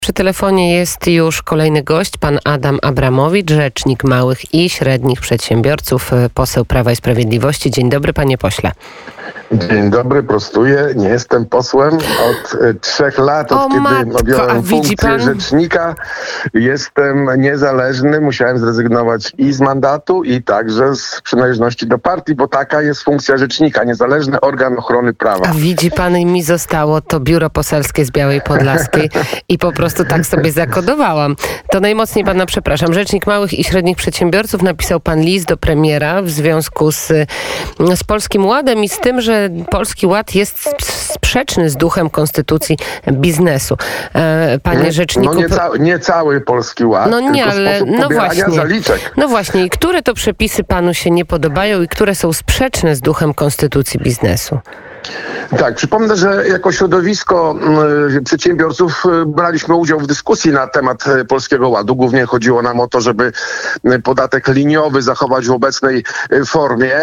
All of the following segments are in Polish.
Przy telefonie jest już kolejny gość, pan Adam Abramowicz, rzecznik małych i średnich przedsiębiorców, poseł Prawa i Sprawiedliwości. Dzień dobry, panie pośle. Dzień dobry, prostuję. Nie jestem posłem od 3 lat, kiedy objąłem funkcję rzecznika. Jestem niezależny, musiałem zrezygnować i z mandatu, i także z przynależności do partii, bo taka jest funkcja rzecznika, niezależny organ ochrony prawa. A widzi pan, mi zostało to biuro poselskie z Białej Podlaskiej i po prostu tak sobie zakodowałam. To najmocniej pana przepraszam. Rzecznik małych i średnich przedsiębiorców, napisał pan list do premiera w związku z Polskim Ładem i z tym, że Polski Ład jest sprzeczny z duchem konstytucji biznesu. Panie rzeczniku... nie cały Polski Ład, tylko zaliczek. No właśnie. I które to przepisy panu się nie podobają i które są sprzeczne z duchem konstytucji biznesu? Tak, przypomnę, że jako środowisko przedsiębiorców braliśmy udział w dyskusji na temat Polskiego Ładu. Głównie chodziło nam o to, żeby podatek liniowy zachować w obecnej formie.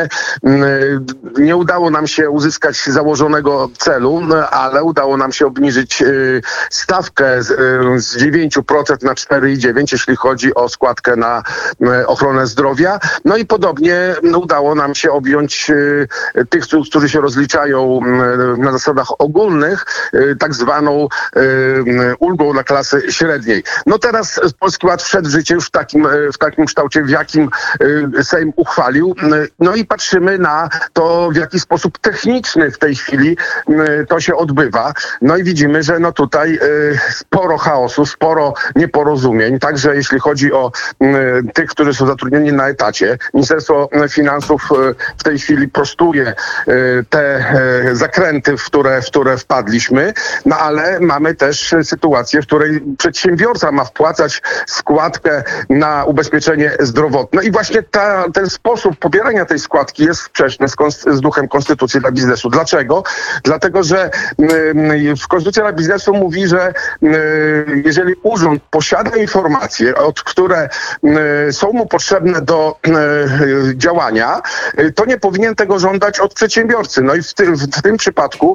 Nie udało nam się uzyskać założonego celu, ale udało nam się obniżyć stawkę z 9% na 4,9%, jeśli chodzi o składkę na ochronę zdrowia. No i podobnie udało nam się objąć tych, którzy się rozliczają na zasadach ogólnych, tak zwaną ulgą dla klasy średniej. No teraz Polski Ład wszedł w życie już w takim kształcie, w jakim Sejm uchwalił. No i patrzymy na to, w jaki sposób techniczny w tej chwili to się odbywa. No i widzimy, że no tutaj sporo chaosu, sporo nieporozumień. Także jeśli chodzi o tych, którzy są zatrudnieni na etacie. Ministerstwo Finansów w tej chwili prostuje te zakręty, w które wpadliśmy, no ale mamy też sytuację, w której przedsiębiorca ma wpłacać składkę na ubezpieczenie zdrowotne i właśnie ten sposób pobierania tej składki jest sprzeczny z duchem konstytucji dla biznesu. Dlaczego? Dlatego, że konstytucja dla biznesu mówi, że jeżeli urząd posiada informacje, które są mu potrzebne do działania, to nie powinien tego żądać od przedsiębiorcy. No i w tym przypadku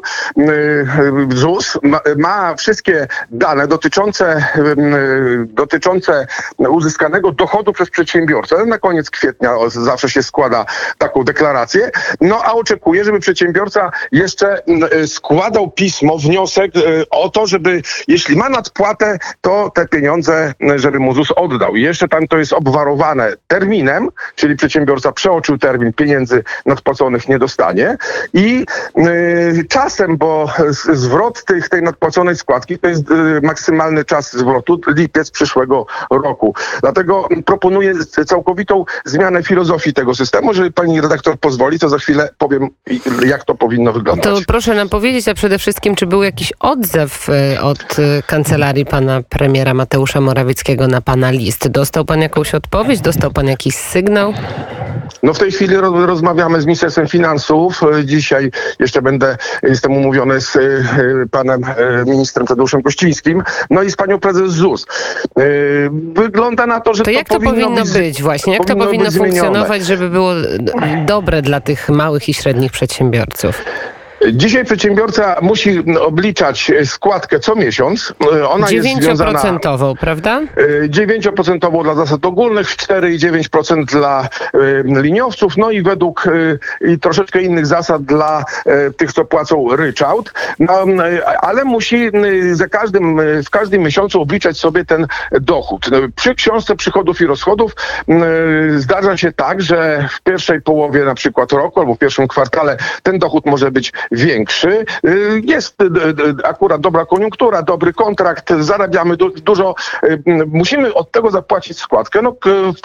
ZUS ma wszystkie dane dotyczące uzyskanego dochodu przez przedsiębiorcę. Na koniec kwietnia zawsze się składa taką deklarację. No a oczekuje, żeby przedsiębiorca jeszcze składał pismo, wniosek o to, żeby jeśli ma nadpłatę, to te pieniądze, żeby mu ZUS oddał. I jeszcze tam to jest obwarowane terminem, czyli przedsiębiorca przeoczył termin, pieniędzy nadpłaconych nie dostanie. I czasem, bo zwrot tej nadpłaconej składki to jest maksymalny czas zwrotu, lipiec przyszłego roku. Dlatego proponuję całkowitą zmianę filozofii tego systemu. Jeżeli pani redaktor pozwoli, to za chwilę powiem, jak to powinno wyglądać. To proszę nam powiedzieć, a przede wszystkim, czy był jakiś odzew od kancelarii pana premiera Mateusza Morawieckiego na pana list? Dostał pan jakąś odpowiedź? Dostał pan jakiś sygnał? No w tej chwili rozmawiamy z Ministerstwem Finansów. Dzisiaj jeszcze jestem umówiony z panem ministrem Tadeuszem Kościńskim, no i z panią prezes ZUS. Wygląda na to, że to jak to powinno być właśnie? Jak to powinno funkcjonować, żeby było dobre dla tych małych i średnich przedsiębiorców? Dzisiaj przedsiębiorca musi obliczać składkę co miesiąc. Ona 9%, prawda? 9% dla zasad ogólnych, 4,9% dla liniowców, no i według i troszeczkę innych zasad dla tych, co płacą ryczałt. No, ale musi w każdym miesiącu obliczać sobie ten dochód. Przy książce przychodów i rozchodów zdarza się tak, że w pierwszej połowie na przykład roku albo w pierwszym kwartale ten dochód może być większy. Jest akurat dobra koniunktura, dobry kontrakt, zarabiamy dużo. Musimy od tego zapłacić składkę. No,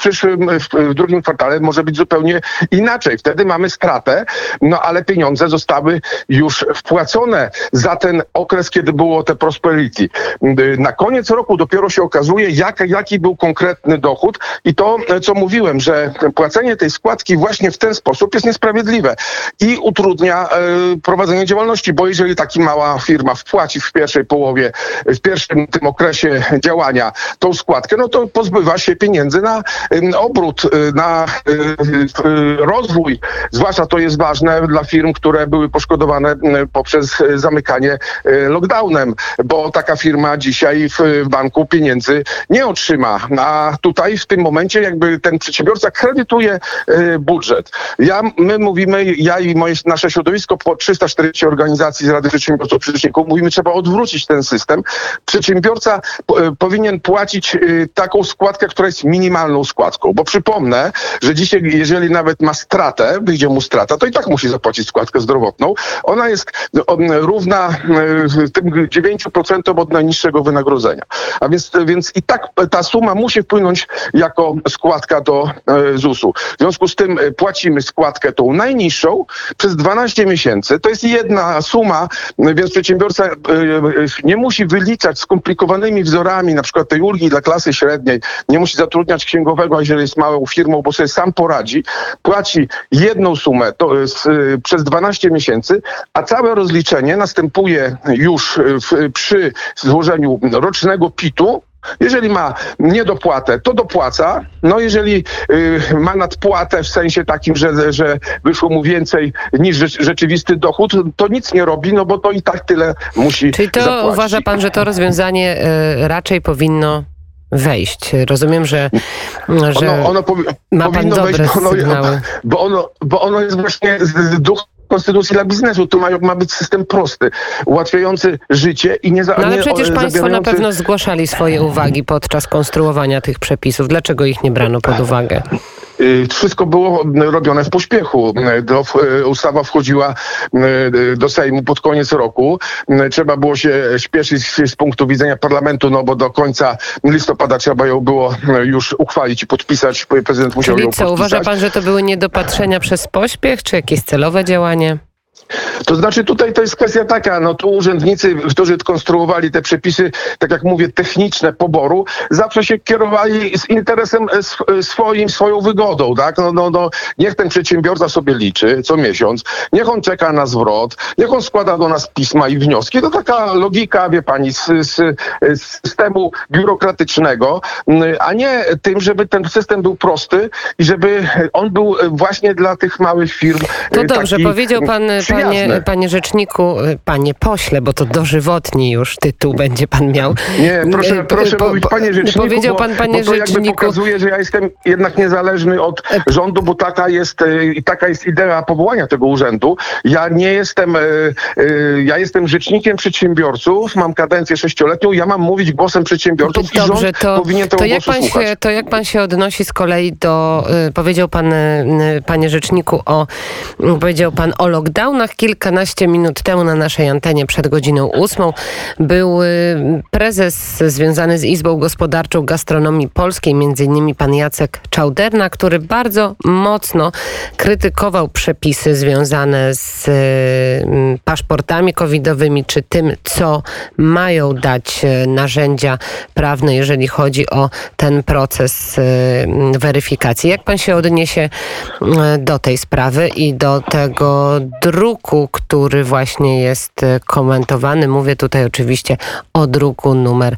w drugim kwartale może być zupełnie inaczej. Wtedy mamy stratę, no ale pieniądze zostały już wpłacone za ten okres, kiedy było te prosperity. Na koniec roku dopiero się okazuje, jaki był konkretny dochód i to, co mówiłem, że płacenie tej składki właśnie w ten sposób jest niesprawiedliwe i utrudnia prowadzenie prowadzenia działalności, bo jeżeli taka mała firma wpłaci w pierwszej połowie, w pierwszym tym okresie działania tą składkę, no to pozbywa się pieniędzy na obrót, na rozwój. Zwłaszcza to jest ważne dla firm, które były poszkodowane poprzez zamykanie lockdownem, bo taka firma dzisiaj w banku pieniędzy nie otrzyma. A tutaj w tym momencie jakby ten przedsiębiorca kredytuje budżet. My mówimy, ja i nasze środowisko po 340 organizacji z Rady Przedsiębiorców Przeciętników mówimy, trzeba odwrócić ten system. Przedsiębiorca powinien płacić taką składkę, która jest minimalną składką, bo przypomnę, że dzisiaj jeżeli nawet ma stratę, wyjdzie mu strata, to i tak musi zapłacić składkę zdrowotną. Ona jest równa tym 9% od najniższego wynagrodzenia. A więc i tak ta suma musi wpłynąć jako składka do ZUS-u. W związku z tym płacimy składkę tą najniższą przez 12 miesięcy. To jest jedna suma, więc przedsiębiorca nie musi wyliczać skomplikowanymi wzorami, na przykład tej ulgi dla klasy średniej, nie musi zatrudniać księgowego, jeżeli jest małą firmą, bo sobie sam poradzi. Płaci jedną sumę przez 12 miesięcy, a całe rozliczenie następuje już przy złożeniu rocznego PIT-u. Jeżeli ma niedopłatę, to dopłaca. No jeżeli ma nadpłatę w sensie takim, że wyszło mu więcej niż rzeczywisty dochód, to nic nie robi, no bo to i tak tyle musi Czyli to zapłacić. uważa pan, że to rozwiązanie raczej powinno wejść? Rozumiem, że ma pan dobre sygnały. Bo ono jest właśnie duch konstytucji dla biznesu. Tu ma być system prosty, ułatwiający życie i nie zabierający... No ale przecież państwo na pewno zgłaszali swoje uwagi podczas konstruowania tych przepisów. Dlaczego ich nie brano pod uwagę? Wszystko było robione w pośpiechu. Ustawa wchodziła do Sejmu pod koniec roku. Trzeba było się śpieszyć z punktu widzenia parlamentu, no bo do końca listopada trzeba ją było już uchwalić i podpisać. Prezydent musiał ją podpisać. Czyli co, uważa pan, że to były niedopatrzenia przez pośpiech, czy jakieś celowe działanie? To znaczy tutaj to jest kwestia taka, no tu urzędnicy, którzy konstruowali te przepisy, tak jak mówię, techniczne poboru, zawsze się kierowali z interesem swoją wygodą, tak? No, niech ten przedsiębiorca sobie liczy co miesiąc, niech on czeka na zwrot, niech on składa do nas pisma i wnioski. To taka logika, wie pani, z systemu biurokratycznego, a nie tym, żeby ten system był prosty i żeby on był właśnie dla tych małych firm. To dobrze, powiedział pan, panie rzeczniku, panie pośle, bo to dożywotni już tytuł będzie pan miał. Nie, proszę mówić panie rzeczniku, powiedział pan, panie bo to jakby rzeczniku, pokazuje, że ja jestem jednak niezależny od rządu, bo taka jest idea powołania tego urzędu. Ja nie jestem, ja jestem rzecznikiem przedsiębiorców, mam kadencję 6-letnią, ja mam mówić głosem przedsiębiorców. Dobrze, i rząd powinien tego głosu słuchać. To jak pan się odnosi z kolei do, powiedział pan, panie rzeczniku, powiedział pan o lockdownach. Kilkanaście minut temu na naszej antenie przed godziną 8 był prezes związany z Izbą Gospodarczą Gastronomii Polskiej, między innymi pan Jacek Czauderna, który bardzo mocno krytykował przepisy związane z paszportami covidowymi, czy tym, co mają dać narzędzia prawne, jeżeli chodzi o ten proces weryfikacji. Jak pan się odniesie do tej sprawy i do tego druku, który właśnie jest komentowany? Mówię tutaj oczywiście o druku numer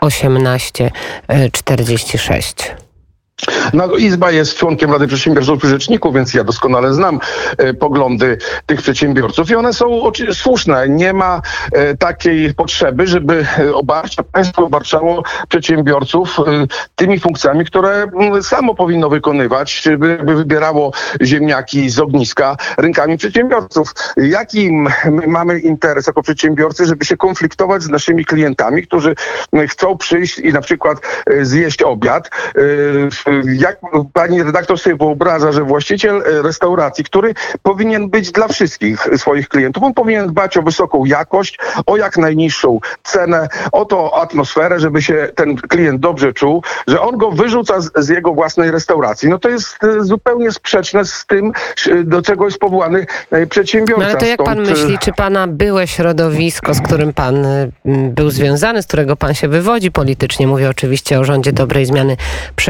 1846. No, Izba jest członkiem Rady Przedsiębiorców i Rzeczników, więc ja doskonale znam poglądy tych przedsiębiorców i one są słuszne. Nie ma takiej potrzeby, żeby państwo obarczało przedsiębiorców tymi funkcjami, które samo powinno wykonywać, żeby wybierało ziemniaki z ogniska rękami przedsiębiorców. Jaki my mamy interes jako przedsiębiorcy, żeby się konfliktować z naszymi klientami, którzy chcą przyjść i na przykład zjeść obiad? Jak pani redaktor sobie wyobraża, że właściciel restauracji, który powinien być dla wszystkich swoich klientów, on powinien dbać o wysoką jakość, o jak najniższą cenę, o tą atmosferę, żeby się ten klient dobrze czuł, że on go wyrzuca z jego własnej restauracji. No to jest zupełnie sprzeczne z tym, do czego jest powołany przedsiębiorca. No ale to jak pan myśli, czy pana byłe środowisko, z którym pan był związany, z którego pan się wywodzi politycznie, mówię oczywiście o rządzie dobrej zmiany, przegłosuje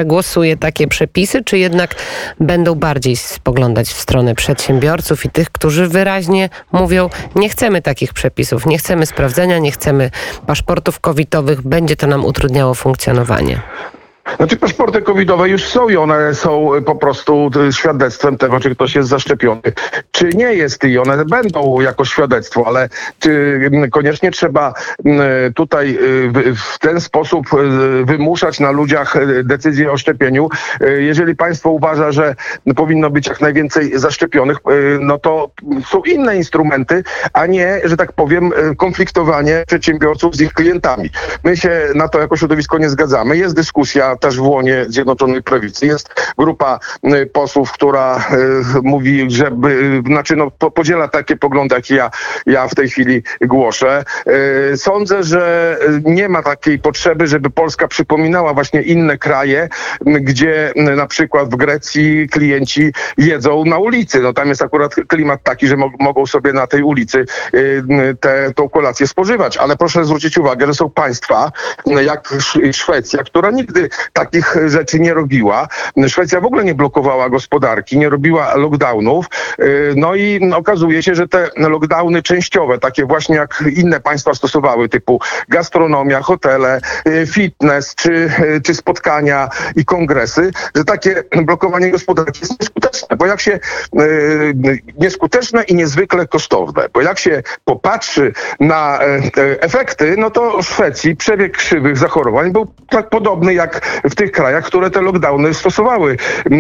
przygotuje takie przepisy, czy jednak będą bardziej spoglądać w stronę przedsiębiorców i tych, którzy wyraźnie mówią, nie chcemy takich przepisów, nie chcemy sprawdzenia, nie chcemy paszportów covidowych, będzie to nam utrudniało funkcjonowanie? Znaczy paszporty covidowe już są i one są po prostu świadectwem tego, czy ktoś jest zaszczepiony, czy nie jest i one będą jako świadectwo, ale czy koniecznie trzeba tutaj w ten sposób wymuszać na ludziach decyzję o szczepieniu. Jeżeli państwo uważa, że powinno być jak najwięcej zaszczepionych, no to są inne instrumenty, a nie, że tak powiem, konfliktowanie przedsiębiorców z ich klientami. My się na to jako środowisko nie zgadzamy. Jest dyskusja też w łonie Zjednoczonej Prawicy. Jest grupa posłów, która mówi, podziela takie poglądy, jak ja w tej chwili głoszę. Sądzę, że nie ma takiej potrzeby, żeby Polska przypominała właśnie inne kraje, gdzie na przykład w Grecji klienci jedzą na ulicy. No tam jest akurat klimat taki, że mogą sobie na tej ulicy tą kolację spożywać. Ale proszę zwrócić uwagę, że są państwa jak Szwecja, która nigdy takich rzeczy nie robiła. Szwecja w ogóle nie blokowała gospodarki, nie robiła lockdownów. No i okazuje się, że te lockdowny częściowe, takie właśnie jak inne państwa stosowały, typu gastronomia, hotele, fitness, czy spotkania i kongresy, że takie blokowanie gospodarki jest nieskuteczne, bo jak się nieskuteczne i niezwykle kosztowne, bo jak się popatrzy na efekty, no to w Szwecji przebieg krzywych zachorowań był tak podobny jak w tych krajach, które te lockdowny stosowały.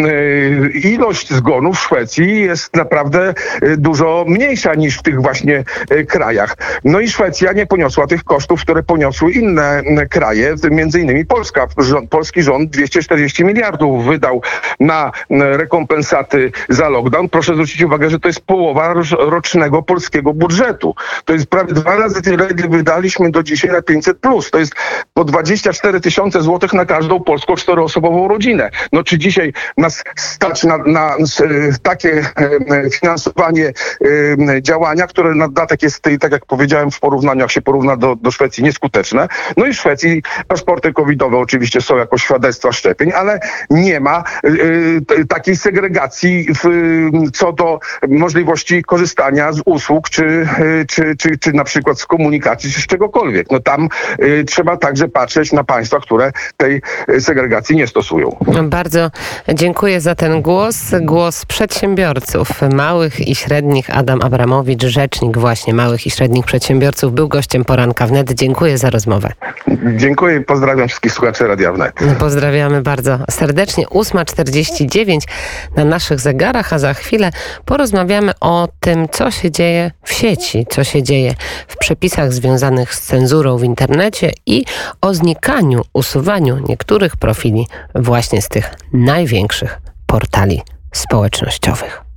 Ilość zgonów w Szwecji jest naprawdę dużo mniejsza niż w tych właśnie krajach. No i Szwecja nie poniosła tych kosztów, które poniosły inne kraje, między innymi Polska. Polski rząd 240 miliardów wydał na rekompensaty za lockdown. Proszę zwrócić uwagę, że to jest połowa rocznego polskiego budżetu. To jest prawie 2 razy tyle, ile wydaliśmy do dzisiaj na 500+. To jest po 24 000 złotych na każdą polską 4-osobową rodzinę. No czy dzisiaj nas stać na takie finansowanie działania, które na dodatek jest, tak jak powiedziałem, w porównaniu, jak się porówna do Szwecji, nieskuteczne. No i w Szwecji paszporty covidowe oczywiście są jako świadectwa szczepień, ale nie ma takiej segregacji co do możliwości korzystania z usług, czy na przykład z komunikacji, czy z czegokolwiek. No tam trzeba także patrzeć na państwa, które tej segregacji nie stosują. Bardzo dziękuję za ten głos. Głos przedsiębiorców małych i średnich. Adam Abramowicz, rzecznik właśnie małych i średnich przedsiębiorców, był gościem Poranka Wnet. Dziękuję za rozmowę. Dziękuję i pozdrawiam wszystkich słuchaczy Radia Wnet. Pozdrawiamy bardzo serdecznie. 8:49 na naszych zegarach, a za chwilę porozmawiamy o tym, co się dzieje w sieci, co się dzieje w przepisach związanych z cenzurą w internecie i o znikaniu, usuwaniu niektórych profili właśnie z tych największych portali społecznościowych.